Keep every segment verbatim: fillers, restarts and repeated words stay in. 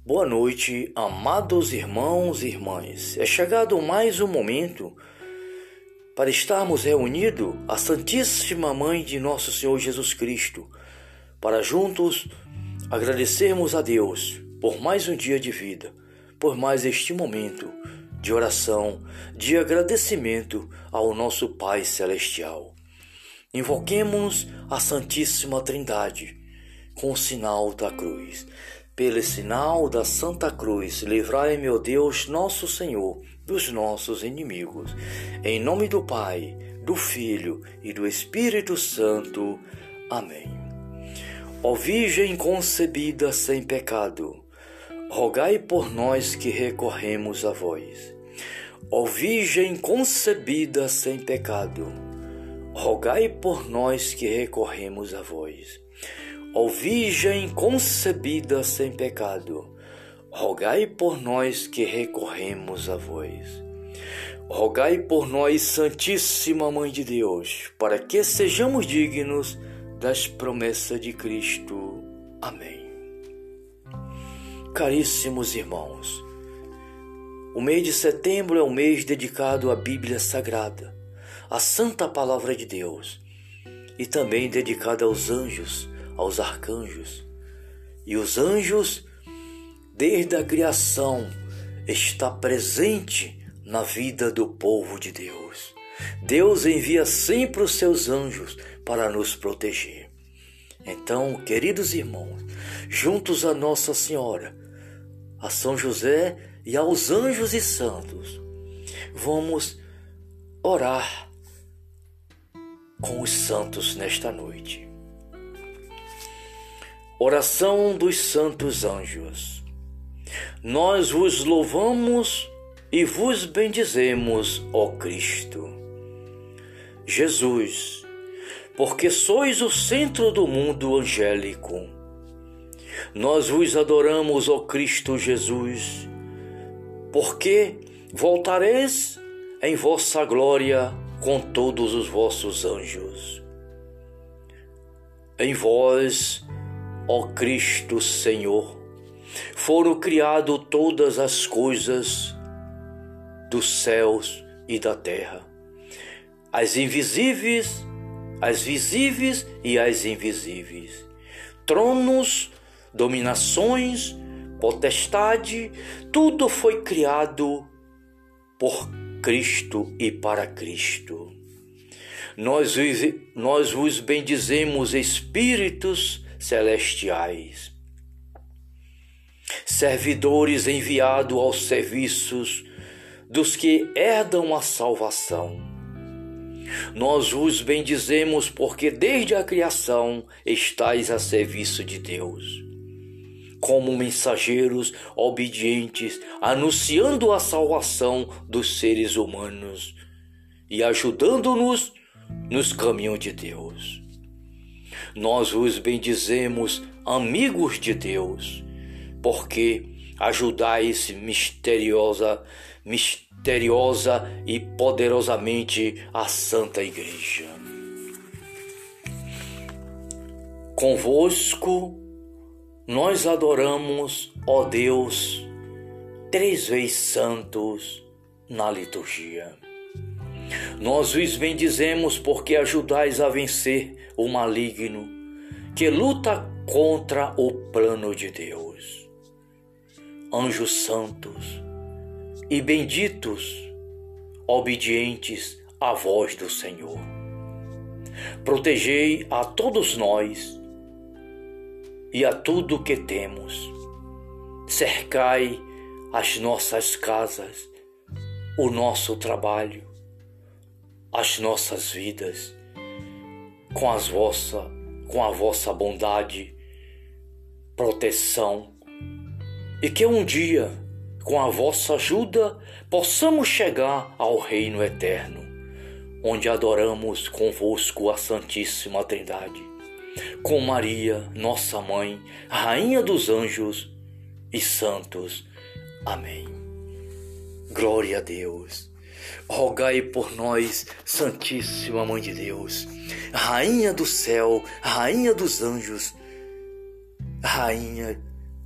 Boa noite, amados irmãos e irmãs. É chegado mais um momento para estarmos reunidos à Santíssima Mãe de Nosso Senhor Jesus Cristo, para juntos agradecermos a Deus por mais um dia de vida, por mais este momento de oração, de agradecimento ao nosso Pai Celestial. Invoquemos a Santíssima Trindade com o sinal da cruz. Pelo sinal da Santa Cruz, livrai, meu Deus, nosso Senhor, dos nossos inimigos. Em nome do Pai, do Filho e do Espírito Santo. Amém. Ó Virgem concebida sem pecado, rogai por nós que recorremos a vós. Ó Virgem concebida sem pecado, rogai por nós que recorremos a vós. Ó Virgem concebida sem pecado, rogai por nós que recorremos a vós. Rogai por nós, Santíssima Mãe de Deus, para que sejamos dignos das promessas de Cristo. Amém. Caríssimos irmãos, o mês de setembro é o mês dedicado à Bíblia Sagrada, à Santa Palavra de Deus, e também dedicado aos anjos, aos arcanjos. E os anjos, desde a criação, está presente na vida do povo de Deus. Deus envia sempre os seus anjos para nos proteger. Então, queridos irmãos, juntos a Nossa Senhora, a São José e aos anjos e santos, vamos orar com os santos nesta noite. Oração dos santos anjos. Nós vos louvamos e vos bendizemos, ó Cristo. Jesus, porque sois o centro do mundo angélico. Nós vos adoramos, ó Cristo Jesus, porque voltareis em vossa glória com todos os vossos anjos. Em vós, ó Cristo Senhor, foram criadas todas as coisas dos céus e da terra, as invisíveis, as visíveis e as invisíveis, tronos, dominações, potestade, tudo foi criado por Cristo e para Cristo. Nós, nós vos bendizemos, espíritos celestiais, servidores enviados aos serviços dos que herdam a salvação. Nós vos bendizemos porque desde a criação estais a serviço de Deus, como mensageiros obedientes, anunciando a salvação dos seres humanos e ajudando-nos nos caminhos de Deus. Nós vos bendizemos, amigos de Deus, porque ajudais misteriosa, misteriosa e poderosamente a Santa Igreja. Convosco nós adoramos, ó Deus, três vezes santos na liturgia. Nós vos bendizemos porque ajudais a vencer o maligno que luta contra o plano de Deus. Anjos santos e benditos, obedientes à voz do Senhor, protegei a todos nós e a tudo que temos. Cercai as nossas casas, o nosso trabalho, as nossas vidas, com, as vossa, com a vossa bondade, proteção, e que um dia, com a vossa ajuda, possamos chegar ao reino eterno, onde adoramos convosco a Santíssima Trindade, com Maria, nossa Mãe, Rainha dos Anjos e Santos. Amém. Glória a Deus. Rogai por nós, Santíssima Mãe de Deus, Rainha do céu, Rainha dos anjos, Rainha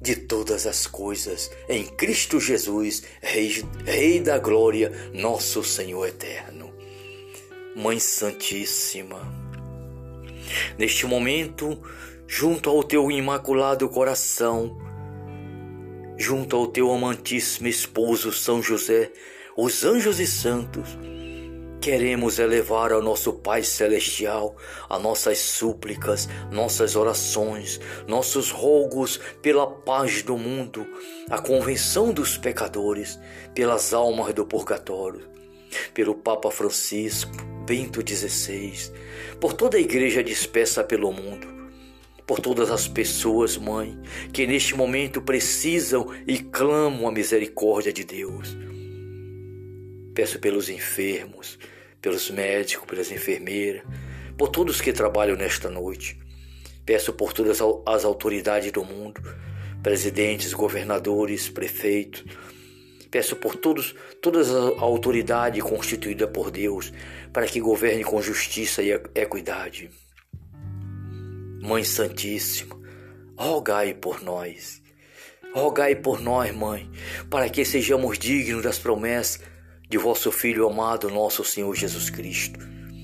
de todas as coisas, em Cristo Jesus, Rei, Rei da Glória, nosso Senhor eterno. Mãe Santíssima, neste momento, junto ao teu imaculado coração, junto ao teu amantíssimo esposo São José, os anjos e santos, queremos elevar ao nosso Pai Celestial as nossas súplicas, nossas orações, nossos rogos pela paz do mundo, a convenção dos pecadores, pelas almas do purgatório, pelo Papa Francisco, Bento dezesseis, por toda a igreja dispersa pelo mundo, por todas as pessoas, Mãe, que neste momento precisam e clamam a misericórdia de Deus. Peço pelos enfermos, pelos médicos, pelas enfermeiras, por todos que trabalham nesta noite. Peço por todas as autoridades do mundo, presidentes, governadores, prefeitos. Peço por todos, todas a autoridade constituída por Deus, para que governe com justiça e equidade. Mãe Santíssima, rogai por nós. Rogai por nós, Mãe, para que sejamos dignos das promessas de vosso Filho amado, nosso Senhor Jesus Cristo.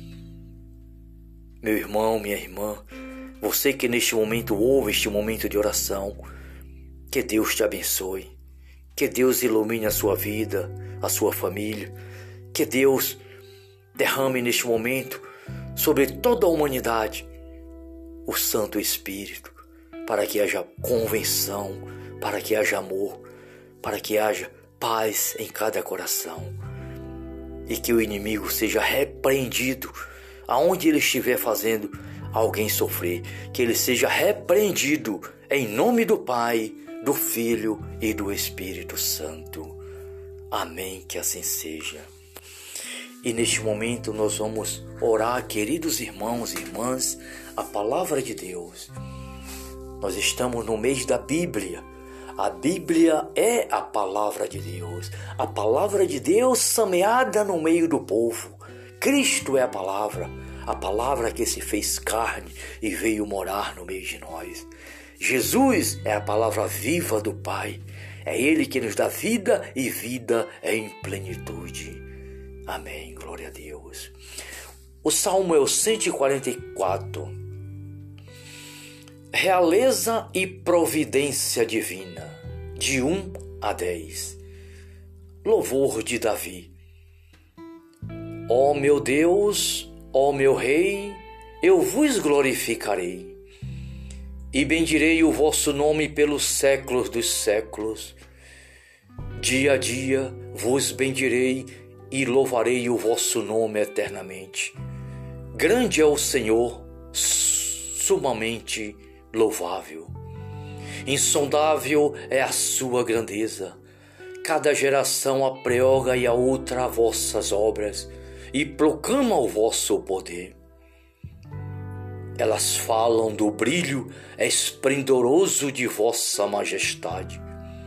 Meu irmão, minha irmã, você que neste momento ouve este momento de oração, que Deus te abençoe, que Deus ilumine a sua vida, a sua família, que Deus derrame neste momento sobre toda a humanidade o Santo Espírito, para que haja convenção, para que haja amor, para que haja paz em cada coração, e que o inimigo seja repreendido aonde ele estiver fazendo alguém sofrer, que ele seja repreendido em nome do Pai, do Filho e do Espírito Santo. Amém, que assim seja. E neste momento nós vamos orar, queridos irmãos e irmãs, a palavra de Deus. Nós estamos no mês da Bíblia. A Bíblia é a palavra de Deus. A palavra de Deus semeada no meio do povo. Cristo é a palavra. A palavra que se fez carne e veio morar no meio de nós. Jesus é a palavra viva do Pai. É Ele que nos dá vida e vida em plenitude. Amém. Glória a Deus. O Salmo é o cento e quarenta e quatro. Realeza e providência divina, de um a dez. Louvor de Davi. Ó meu Deus, ó meu Rei, eu vos glorificarei, e bendirei o vosso nome pelos séculos dos séculos. Dia a dia vos bendirei e louvarei o vosso nome eternamente. Grande é o Senhor, sumamente louvável. Insondável é a sua grandeza. Cada geração apregoa e a outra as vossas obras e proclama o vosso poder. Elas falam do brilho esplendoroso de vossa majestade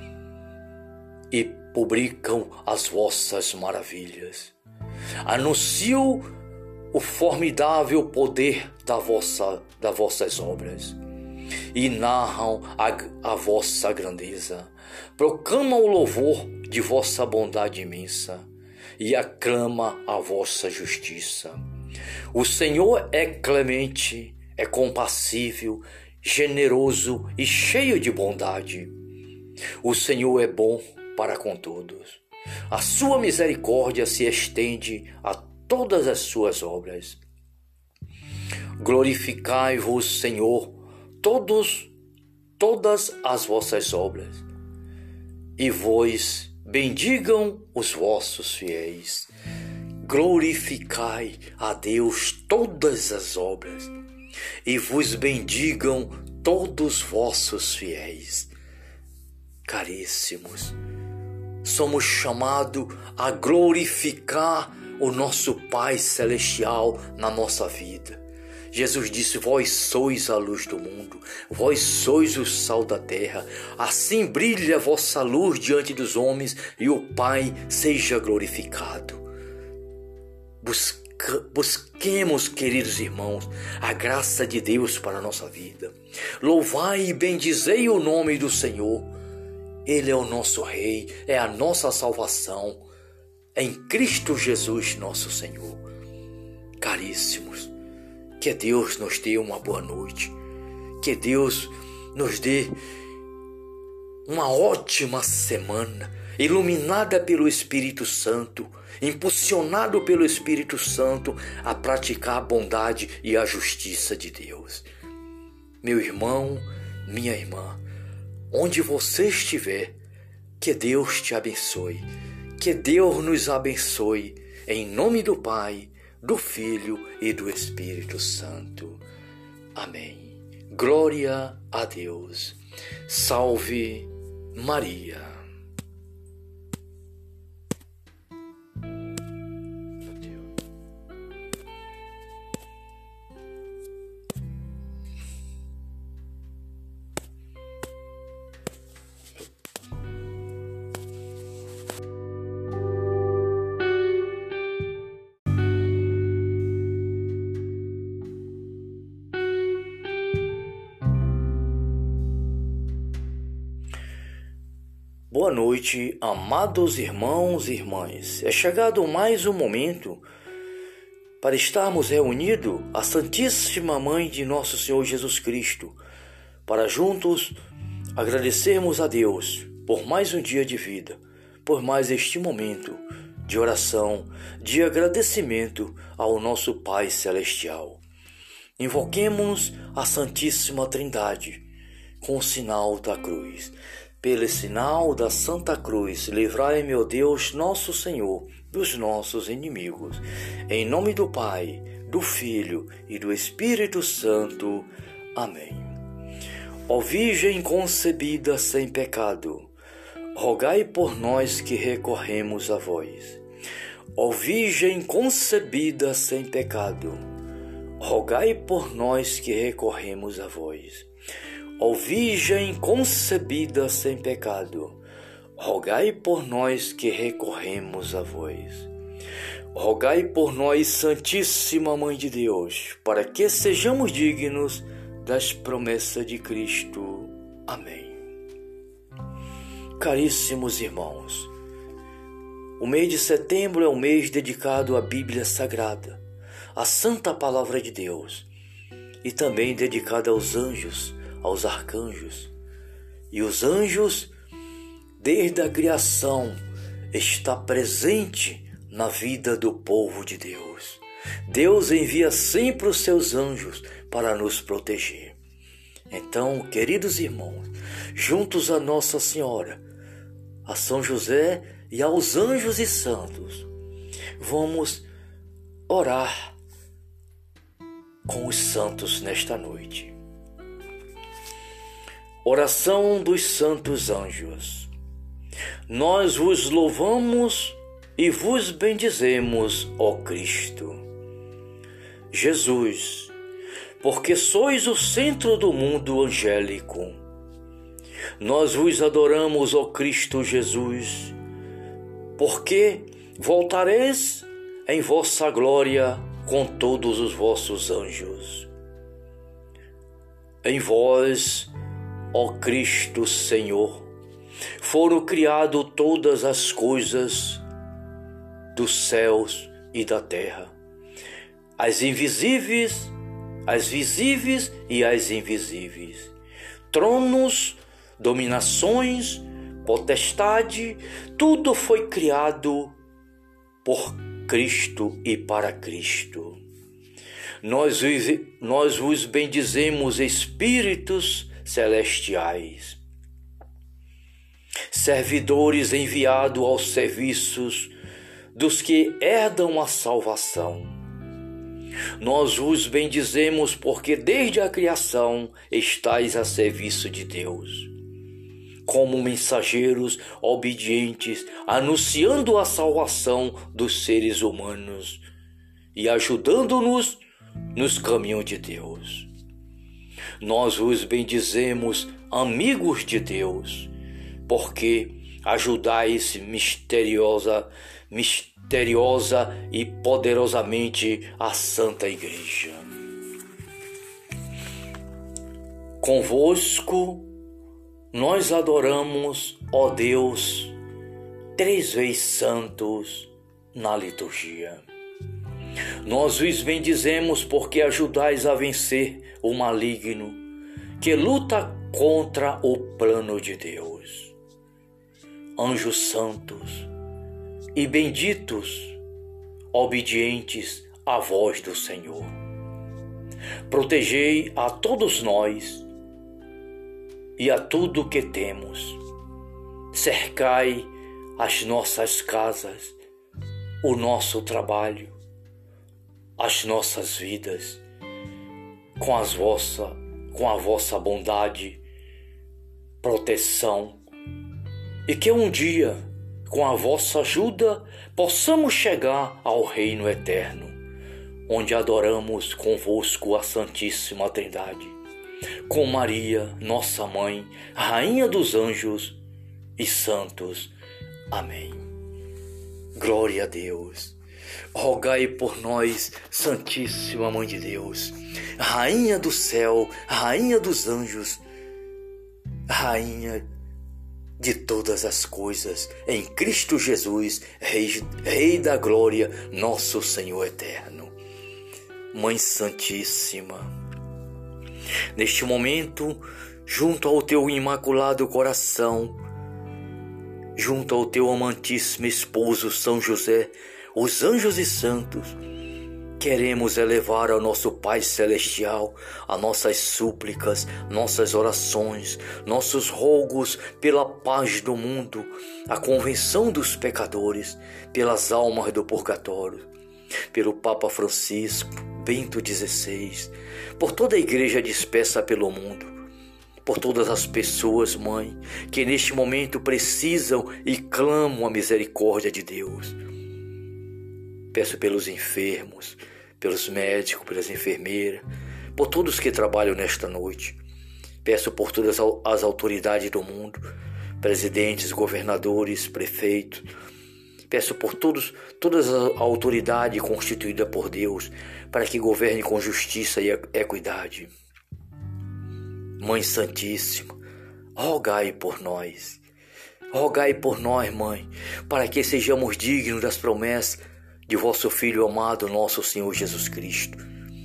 e publicam as vossas maravilhas. Anunciam o formidável poder da vossa, das vossas obras e narram a, a vossa grandeza. Proclamam o louvor de vossa bondade imensa e aclama a vossa justiça. O Senhor é clemente, é compassível, generoso e cheio de bondade. O Senhor é bom para com todos. A sua misericórdia se estende a todas as suas obras. Glorificai-vos, Senhor, todos, todas as vossas obras, e vos bendigam os vossos fiéis. Glorificai a Deus todas as obras, e vos bendigam todos vossos fiéis. Caríssimos, somos chamados a glorificar o nosso Pai Celestial na nossa vida. Jesus disse: vós sois a luz do mundo, vós sois o sal da terra. Assim brilha a vossa luz diante dos homens, e o Pai seja glorificado. busca, busquemos, queridos irmãos, a graça de Deus para a nossa vida. Louvai e bendizei o nome do Senhor. Ele é o nosso Rei, é a nossa salvação, em Cristo Jesus, nosso Senhor. Caríssimos, que Deus nos dê uma boa noite, que Deus nos dê uma ótima semana, iluminada pelo Espírito Santo, impulsionado pelo Espírito Santo a praticar a bondade e a justiça de Deus. Meu irmão, minha irmã, onde você estiver, que Deus te abençoe, que Deus nos abençoe, em nome do Pai, do Filho e do Espírito Santo. Amém. Glória a Deus. Salve Maria. Boa noite, amados irmãos e irmãs. É chegado mais um momento para estarmos reunidos à Santíssima Mãe de Nosso Senhor Jesus Cristo, para juntos agradecermos a Deus por mais um dia de vida, por mais este momento de oração, de agradecimento ao nosso Pai Celestial. Invoquemos a Santíssima Trindade com o sinal da cruz. Pelo sinal da Santa Cruz, livrai, meu Deus, nosso Senhor, dos nossos inimigos. Em nome do Pai, do Filho e do Espírito Santo. Amém. Ó Virgem concebida sem pecado, rogai por nós que recorremos a vós. Ó Virgem concebida sem pecado, rogai por nós que recorremos a vós. Ó Virgem concebida sem pecado, rogai por nós que recorremos a vós. Rogai por nós, Santíssima Mãe de Deus, para que sejamos dignos das promessas de Cristo. Amém. Caríssimos irmãos, o mês de setembro é um mês dedicado à Bíblia Sagrada, à Santa Palavra de Deus, e também dedicado aos anjos, aos arcanjos. E os anjos, desde a criação, está presente na vida do povo de Deus. Deus envia sempre os seus anjos para nos proteger. Então, queridos irmãos, juntos a Nossa Senhora, a São José e aos anjos e santos, vamos orar com os santos nesta noite. Oração dos santos anjos. Nós vos louvamos e vos bendizemos, ó Cristo. Jesus, porque sois o centro do mundo angélico. Nós vos adoramos, ó Cristo Jesus, porque voltareis em vossa glória com todos os vossos anjos. Em vós, ó Cristo Senhor, foram criadas todas as coisas dos céus e da terra, as invisíveis, as visíveis e as invisíveis, tronos, dominações, potestade, tudo foi criado por Cristo e para Cristo. Nós, nós vos bendizemos, espíritos celestiais, servidores enviados aos serviços dos que herdam a salvação. Nós vos bendizemos porque desde a criação estais a serviço de Deus, como mensageiros obedientes, anunciando a salvação dos seres humanos e ajudando-nos nos caminhos de Deus. Nós vos bendizemos, amigos de Deus, porque ajudais misteriosa, misteriosa e poderosamente a Santa Igreja. Convosco nós adoramos, ó Deus, três vezes santos na liturgia. Nós os bendizemos porque ajudais a vencer o maligno que luta contra o plano de Deus. Anjos santos e benditos, obedientes à voz do Senhor, protegei a todos nós e a tudo que temos. Cercai as nossas casas, o nosso trabalho, as nossas vidas, com as vossa, com a vossa bondade, proteção, e que um dia, com a vossa ajuda, possamos chegar ao reino eterno, onde adoramos convosco a Santíssima Trindade, com Maria, nossa Mãe, Rainha dos Anjos e Santos. Amém. Glória a Deus. Rogai por nós, Santíssima Mãe de Deus, Rainha do céu, Rainha dos anjos, Rainha de todas as coisas, em Cristo Jesus, Rei, Rei da glória, nosso Senhor eterno. Mãe Santíssima, neste momento, junto ao teu imaculado coração, junto ao teu amantíssimo esposo São José, os anjos e santos, queremos elevar ao nosso Pai Celestial as nossas súplicas, nossas orações, nossos rogos pela paz do mundo, a convenção dos pecadores, pelas almas do purgatório, pelo Papa Francisco, Bento dezesseis, por toda a igreja dispersa pelo mundo, por todas as pessoas, Mãe, que neste momento precisam e clamam a misericórdia de Deus. Peço pelos enfermos, pelos médicos, pelas enfermeiras, por todos que trabalham nesta noite. Peço por todas as autoridades do mundo, presidentes, governadores, prefeitos. Peço por todos, todas a autoridade constituída por Deus, para que governe com justiça e equidade. Mãe Santíssima, rogai por nós. Rogai por nós, Mãe, para que sejamos dignos das promessas de vosso Filho amado, nosso Senhor Jesus Cristo.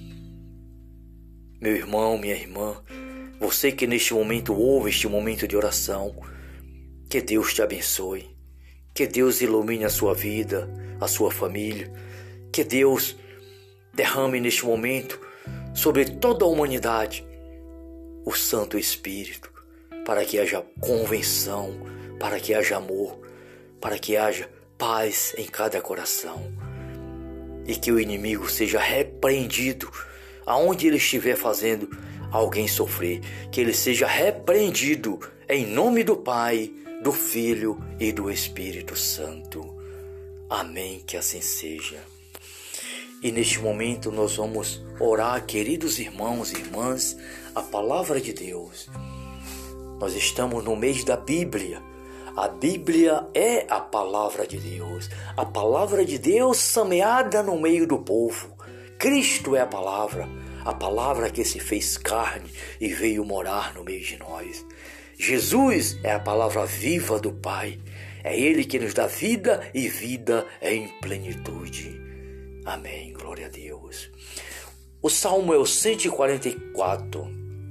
Meu irmão, minha irmã, você que neste momento ouve este momento de oração, que Deus te abençoe, que Deus ilumine a sua vida, a sua família, que Deus derrame neste momento sobre toda a humanidade o Santo Espírito, para que haja convenção, para que haja amor, para que haja paz em cada coração, e que o inimigo seja repreendido aonde ele estiver fazendo alguém sofrer, que ele seja repreendido em nome do Pai, do Filho e do Espírito Santo. Amém, que assim seja. E neste momento nós vamos orar, queridos irmãos e irmãs, a palavra de Deus. Nós estamos no mês da Bíblia. A Bíblia é a palavra de Deus, a palavra de Deus semeada no meio do povo. Cristo é a palavra, a palavra que se fez carne e veio morar no meio de nós. Jesus é a palavra viva do Pai, é Ele que nos dá vida e vida em plenitude. Amém, glória a Deus. O Salmo é o cento e quarenta e quatro.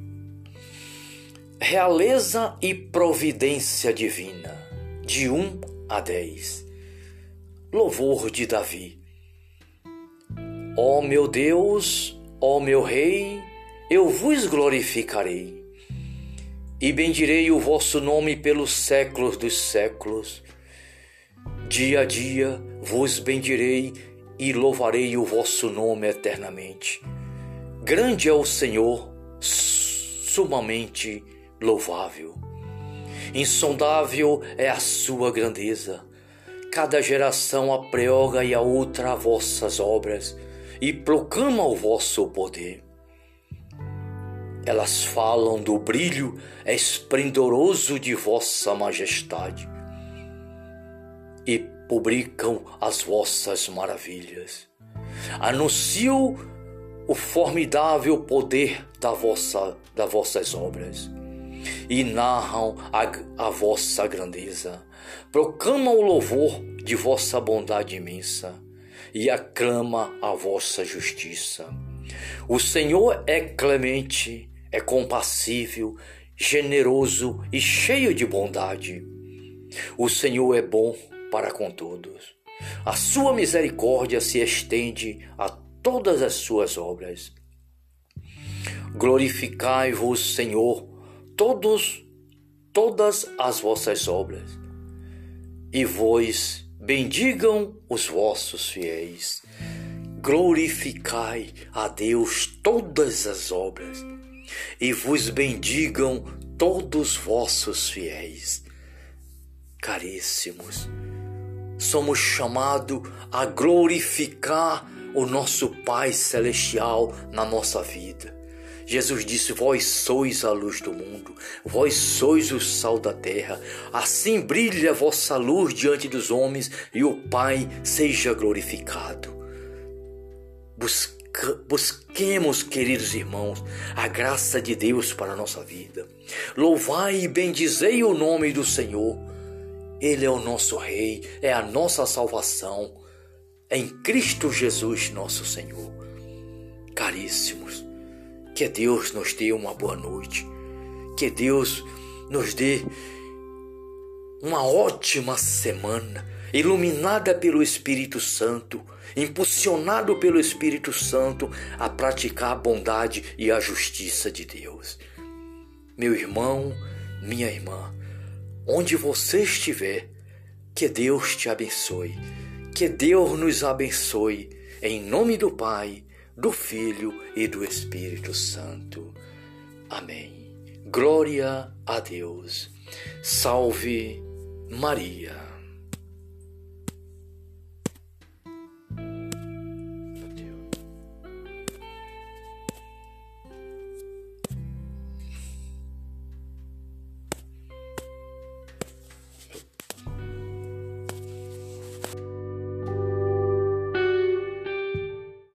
Realeza e providência divina, de um a dez. Louvor de Davi. Ó meu Deus, ó meu Rei, eu vos glorificarei, e bendirei o vosso nome pelos séculos dos séculos. Dia a dia vos bendirei e louvarei o vosso nome eternamente. Grande é o Senhor, sumamente louvável. Insondável é a sua grandeza. Cada geração apregoa e a outra as vossas obras e proclama o vosso poder. Elas falam do brilho esplendoroso de vossa majestade e publicam as vossas maravilhas. Anuncio o formidável poder da vossa, das vossas obras e narram a, a vossa grandeza. Proclamam o louvor de vossa bondade imensa e aclama a vossa justiça. O Senhor é clemente, é compassível, generoso e cheio de bondade. O Senhor é bom para com todos. A sua misericórdia se estende a todas as suas obras. Glorificai-vos, Senhor, todos, todas as vossas obras, e vos bendigam os vossos fiéis. Glorificai a Deus todas as obras, e vos bendigam todos os vossos fiéis. Caríssimos, somos chamados a glorificar o nosso Pai Celestial na nossa vida. Jesus disse: vós sois a luz do mundo, vós sois o sal da terra. Assim brilha a vossa luz diante dos homens, e o Pai seja glorificado. Busca, busquemos, queridos irmãos, a graça de Deus para a nossa vida. Louvai e bendizei o nome do Senhor. Ele é o nosso Rei, é a nossa salvação, em Cristo Jesus, nosso Senhor. Caríssimos, que Deus nos dê uma boa noite, que Deus nos dê uma ótima semana, iluminada pelo Espírito Santo, impulsionado pelo Espírito Santo a praticar a bondade e a justiça de Deus. Meu irmão, minha irmã, onde você estiver, que Deus te abençoe, que Deus nos abençoe, em nome do Pai, do Filho e do Espírito Santo. Amém. Glória a Deus. Salve Maria.